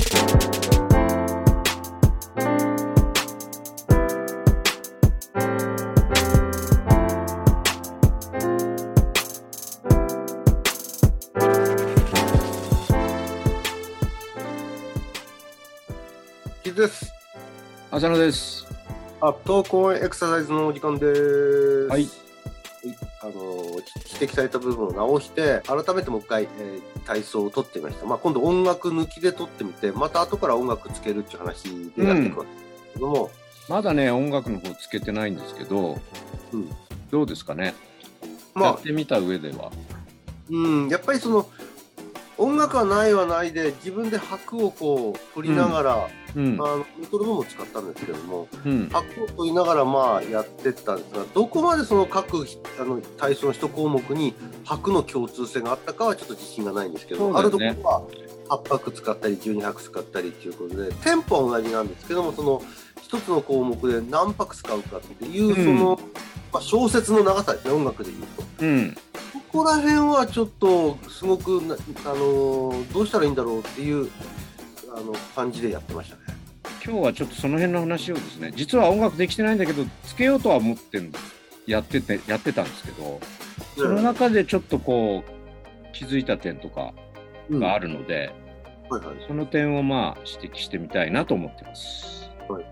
です。 浅野です。 投稿エクササイズのお時間です。 はい。 指摘された部分を直して改めてもう一回、体操を撮ってみました。今度音楽抜きで撮ってみて、また後から音楽つけるっていう話でやっていくわけですけども、 まだね音楽の方つけてないんですけど、どうですかね、やってみた上では。 やっぱりその音楽はないはないで自分で拍をこう取りながら、メトロノームを使ったんですけども、拍を取りながらやってったんですが、どこまでその各体操の一項目に拍の共通性があったかはちょっと自信がないんですけど、あるところは8拍使ったり12拍使ったりっていうことで、テンポは同じなんですけども、その一つの項目で何拍使うかっていう、その、小節の長さですね、音楽でいうと。ここら辺はちょっとすごくどうしたらいいんだろうっていう感じでやってましたね。 今日はちょっとその辺の話をですね、実は音楽できてないんだけどつけようとは思ってやってたんですけど、その中でちょっとこう気づいた点とかがあるので、その点を指摘してみたいなと思ってます。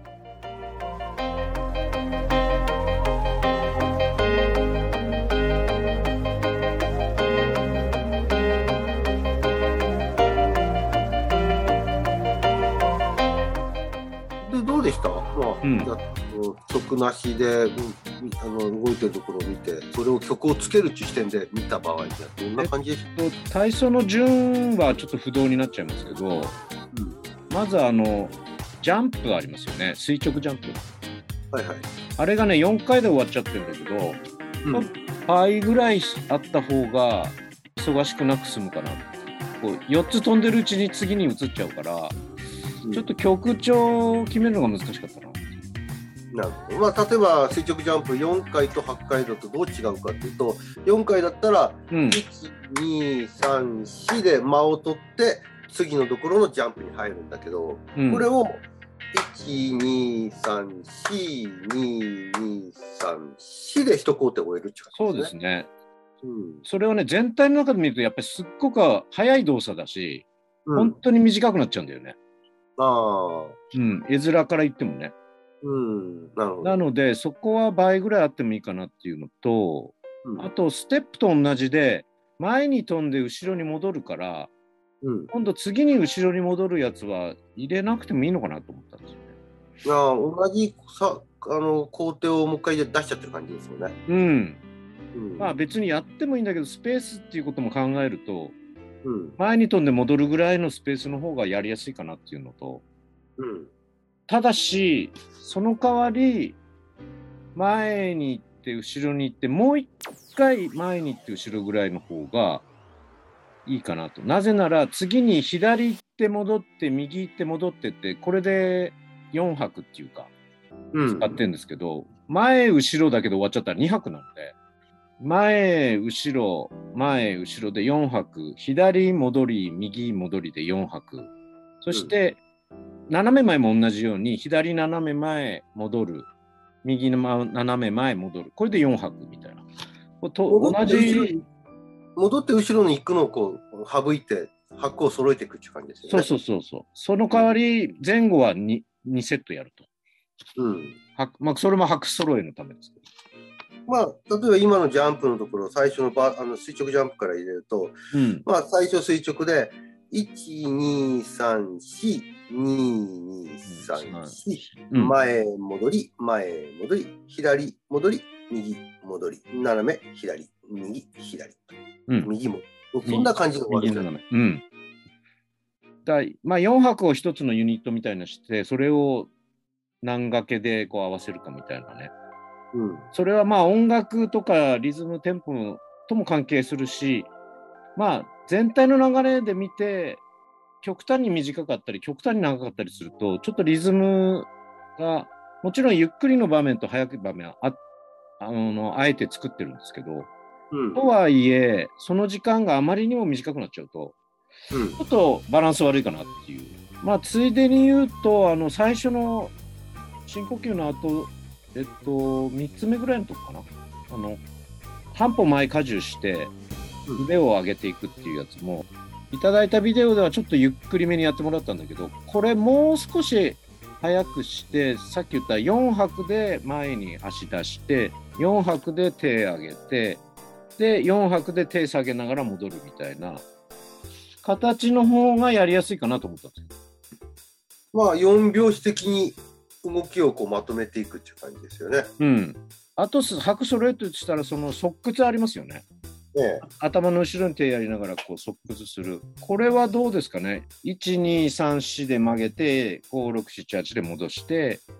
どうでした？曲なしで、動いてるところを見て、それを曲をつけるっていう視点で見た場合にはどんな感じでした？ 体操の順はちょっと不動になっちゃいますけど、まずジャンプありますよね、垂直ジャンプ。あれがね4回で終わっちゃってるんだけど、倍ぐらいあった方が忙しくなく済むかな。こう4つ飛んでるうちに次に移っちゃうから、ちょっと曲調を決めるのが難しかったな。 なるほど。例えば垂直ジャンプ4回と8回だとどう違うかっていうと、4回だったら、1、2、3、4で間を取って次のところのジャンプに入るんだけど、これを1、2、3、4、2、2、3、4で一工程終えるって感じですね。 そうですね。それをね全体の中で見るとやっぱりすっごく速い動作だし、本当に短くなっちゃうんだよね。絵面から言ってもね。なのでそこは倍ぐらいあってもいいかなっていうのと、あとステップと同じで前に飛んで後ろに戻るから、今度次に後ろに戻るやつは入れなくてもいいのかなと思ったんですよね。 同じ工程をもう一回出しちゃってる感じですよね。 別にやってもいいんだけど、スペースっていうことも考えると、前に飛んで戻るぐらいのスペースの方がやりやすいかなっていうのと、ただしその代わり前に行って後ろに行ってもう一回前に行って後ろぐらいの方がいいかなと。なぜなら次に左行って戻って右行って戻ってって、これで4拍っていうか使ってるんですけど、前後ろだけで終わっちゃったら2拍なので、前後ろ前後ろで4拍、左戻り右戻りで4拍、そして斜め前も同じように左斜め前戻る、右斜め前戻る、これで4拍みたいな。同じ戻って後ろに行くのをこう省いて拍を揃えていくっていう感じですよね。 そう。その代わり前後は 2セットやると。それも拍揃えのためですけど。 例えば今のジャンプのところ、最初の垂直ジャンプから入れると、最初垂直で1234223前戻り左戻り右戻り斜め左右左、右もそんな感じの右斜め。4拍を一つのユニットみたいなして、それを何掛けでこう合わせるかみたいなね。それは音楽とかリズムテンポとも関係するし、全体の流れで見て極端に短かったり極端に長かったりすると、ちょっとリズムがもちろんゆっくりの場面と速い場面はあえて作ってるんですけど、とはいえその時間があまりにも短くなっちゃうと、ちょっとバランス悪いかなっていう。 ついでに言うと最初の深呼吸の後3つ目ぐらいのとこかな、半歩前荷重して腕を上げていくっていうやつも、いただいたビデオではちょっとゆっくりめにやってもらったんだけど、これもう少し早くして、さっき言った4拍で前に足出して4拍で手上げて、で4拍で手下げながら戻るみたいな形の方がやりやすいかなと思ったんですけど、4拍子的に動きをまとめていくっていう感じですよね。 あと拍揃えとしたらその側屈ありますよね。頭の後ろに手やりながら側屈する。これはどうですかね。1,2,3,4で曲げて5,6,7,8で戻して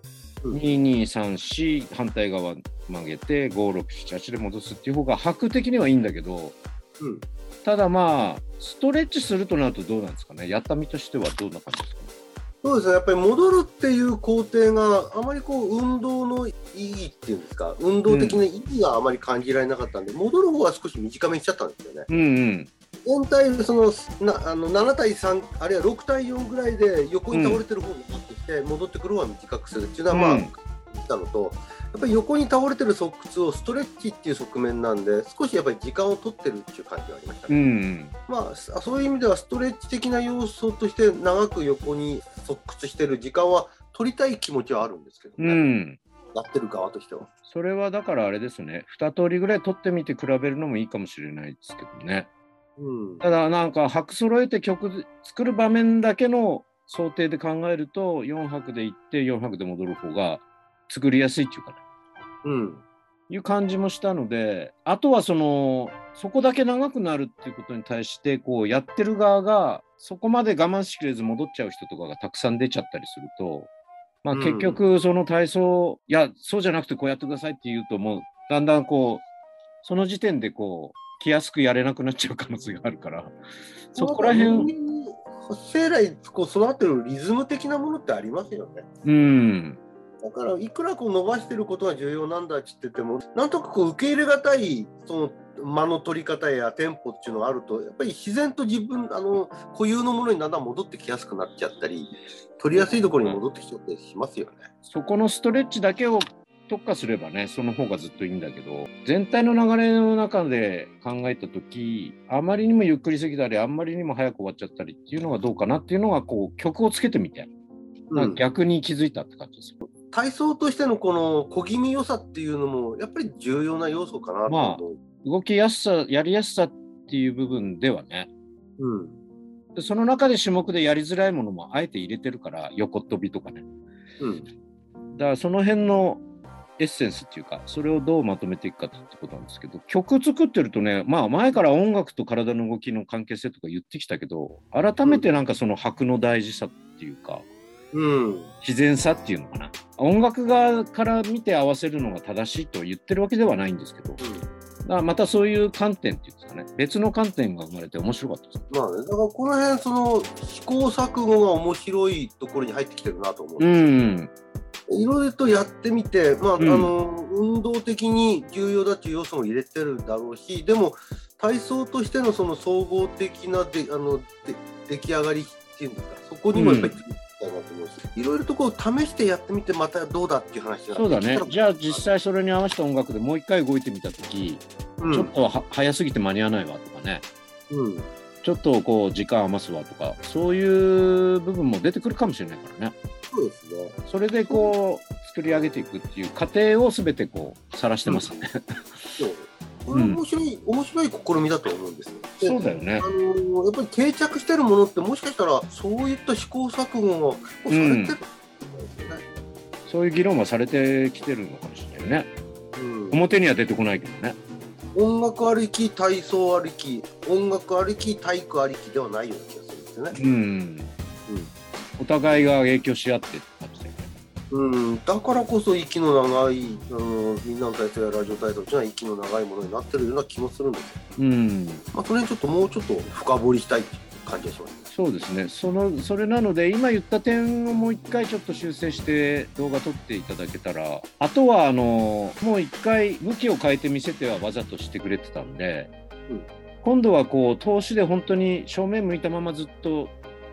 、2,2,3,4反対側曲げて5,6,7,8で戻すっていう方が拍的にはいいんだけど、ただストレッチするとなるとどうなんですかね。やった身としてはどんな感じですかね。 そうですね、やっぱり戻るっていう工程があまり運動の意義っていうんですか、運動的な意義があまり感じられなかったんで、戻る方は少し短めにしちゃったんですよね。全体で7対3あるいは6対4ぐらいで横に倒れてる方に持ってきて、戻ってくる方は短くするっていうのはたのと、やっぱり横に倒れてる側屈をストレッチっていう側面なんで、少しやっぱり時間を取ってるっていう感じがありましたね。そういう意味ではストレッチ的な要素として長く横に側屈してる時間は取りたい気持ちはあるんですけどね、やってる側としては。 それはだからあれですね、2通りぐらい取ってみて比べるのもいいかもしれないですけどね。ただ拍揃えて曲作る場面だけの想定で考えると、4拍で行って4拍で戻る方が作りやすいっていうかね、いう感じもしたので、あとはそこだけ長くなるっていうことに対してやってる側がそこまで我慢しきれず戻っちゃう人とかがたくさん出ちゃったりすると、結局その体操、いやそうじゃなくてこうやってくださいって言うと、もうだんだんその時点で気安くやれなくなっちゃう可能性があるから、そこら辺生来育ってるリズム的なものってありますよね。だからいくら伸ばしてることが重要なんだって言ってても、なんとか受け入れがたいその間の取り方やテンポっていうのがあると、やっぱり自然と自分固有のものにだんだん戻ってきやすくなっちゃったり、取りやすいところに戻ってきちゃったりしますよね。 そこのストレッチだけを特化すればね、その方がずっといいんだけど、全体の流れの中で考えた時、あまりにもゆっくりすぎたり、あんまりにも早く終わっちゃったりっていうのがどうかなっていうのが曲をつけてみて、逆に気づいたって感じですよ。 体操としてのこの小気味良さっていうのもやっぱり重要な要素かなと思う。 動きやすさ、やりやすさっていう部分ではね、でその中で種目でやりづらいものもあえて入れてるから、横跳びとかね、だからその辺のエッセンスっていうか、それをどうまとめていくかってことなんですけど、曲作ってるとね、前から音楽と体の動きの関係性とか言ってきたけど、改めてその拍の大事さっていうか、自然さっていうのかな、音楽側から見て合わせるのが正しいと言ってるわけではないんですけど、だからまたそういう観点っていうんですかね、別の観点が生まれて面白かったです。 だからこの辺試行錯誤が面白いところに入ってきてるなと思う。いろいろとやってみて、運動的に重要だっていう要素も入れてるだろうし、でも体操としてのその総合的な出来上がりっていうんですか、そこにもやっぱりいろいろと試してやってみて、またどうだっていう話がそうだね。じゃあ実際それに合わせた音楽でもう一回動いてみたとき、ちょっと早すぎて間に合わないわとかね、ちょっと時間余すわとか、そういう部分も出てくるかもしれないからね。 そうですね。 それで作り上げていくっていう過程を全て晒してますね。 これ面白い試みだと思うんですよ。 そうだよね。やっぱり定着してるものって、もしかしたらそういった試行錯誤がされてるんですよね。 そういう議論はされてきてるのかもしれないね。表には出てこないけどね。 音楽ありき、体操ありき、音楽ありき、体育ありきではないような気がするんですよね。 お互いが影響し合ってって感じだよね。 だからこそ息の長いみんなの体操やラジオ体操というのは息の長いものになってるような気もするんですよ。それにもうちょっと深掘りしたいっていう感じがしますね。 そうですね。それなので今言った点をもう一回ちょっと修正して動画撮っていただけたら、あとはもう一回向きを変えてみせてはわざとしてくれてたんで、今度は投資で本当に正面向いたままずっと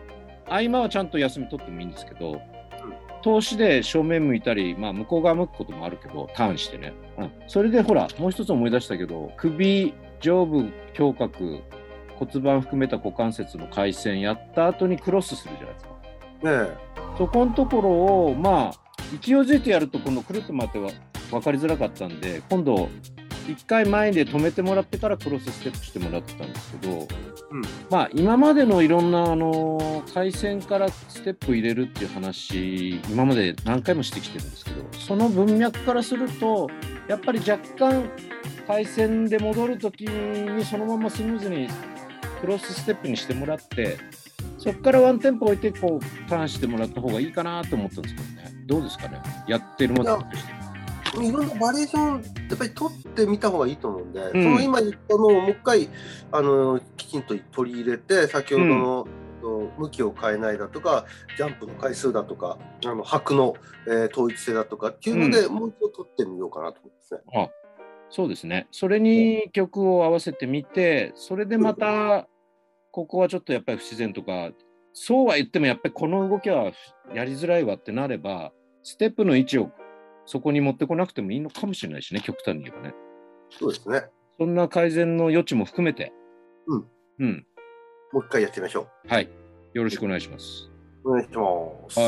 合間はちゃんと休み取ってもいいんですけど、投資で正面向いたり、まあ、向こう側向くこともあるけど、ターンしてね。それでほら、もう一つ思い出したけど、首、上部、胸郭、骨盤含めた股関節の回旋やった後にクロスするじゃないですか。そこのところを、まあ、勢いづいてやると、このくるっと回っては分かりづらかったんで、今度、一回前で止めてもらってからクロスステップしてもらってたんですけど、まあ今までのいろんな回線からステップ入れるっていう話、今まで何回もしてきてるんですけど、その文脈からするとやっぱり若干回線で戻るときにそのままスムーズにクロスステップにしてもらって、そこからワンテンポ置いてこうターンしてもらった方がいいかなと思ったんですけどね。どうですかね、やってるものとして。 いろんなバリエーションやっぱり取ってみた方がいいと思うんで、その今言ったのをもう一回きちんと取り入れて、先ほどの、向きを変えないだとか、ジャンプの回数だとか、拍の、統一性だとかっていうので、もう一度取ってみようかなと思いますね。 そうですね。それに曲を合わせてみて、それでまたここはちょっとやっぱり不自然とか、そうは言ってもやっぱりこの動きはやりづらいわってなれば、ステップの位置をそこに持ってこなくてもいいのかもしれないしね、極端に言えばね。 そうですね。 そんな改善の余地も含めて、 もう一回やってみましょう。はい。よろしくお願いします。 お願いします。 はい。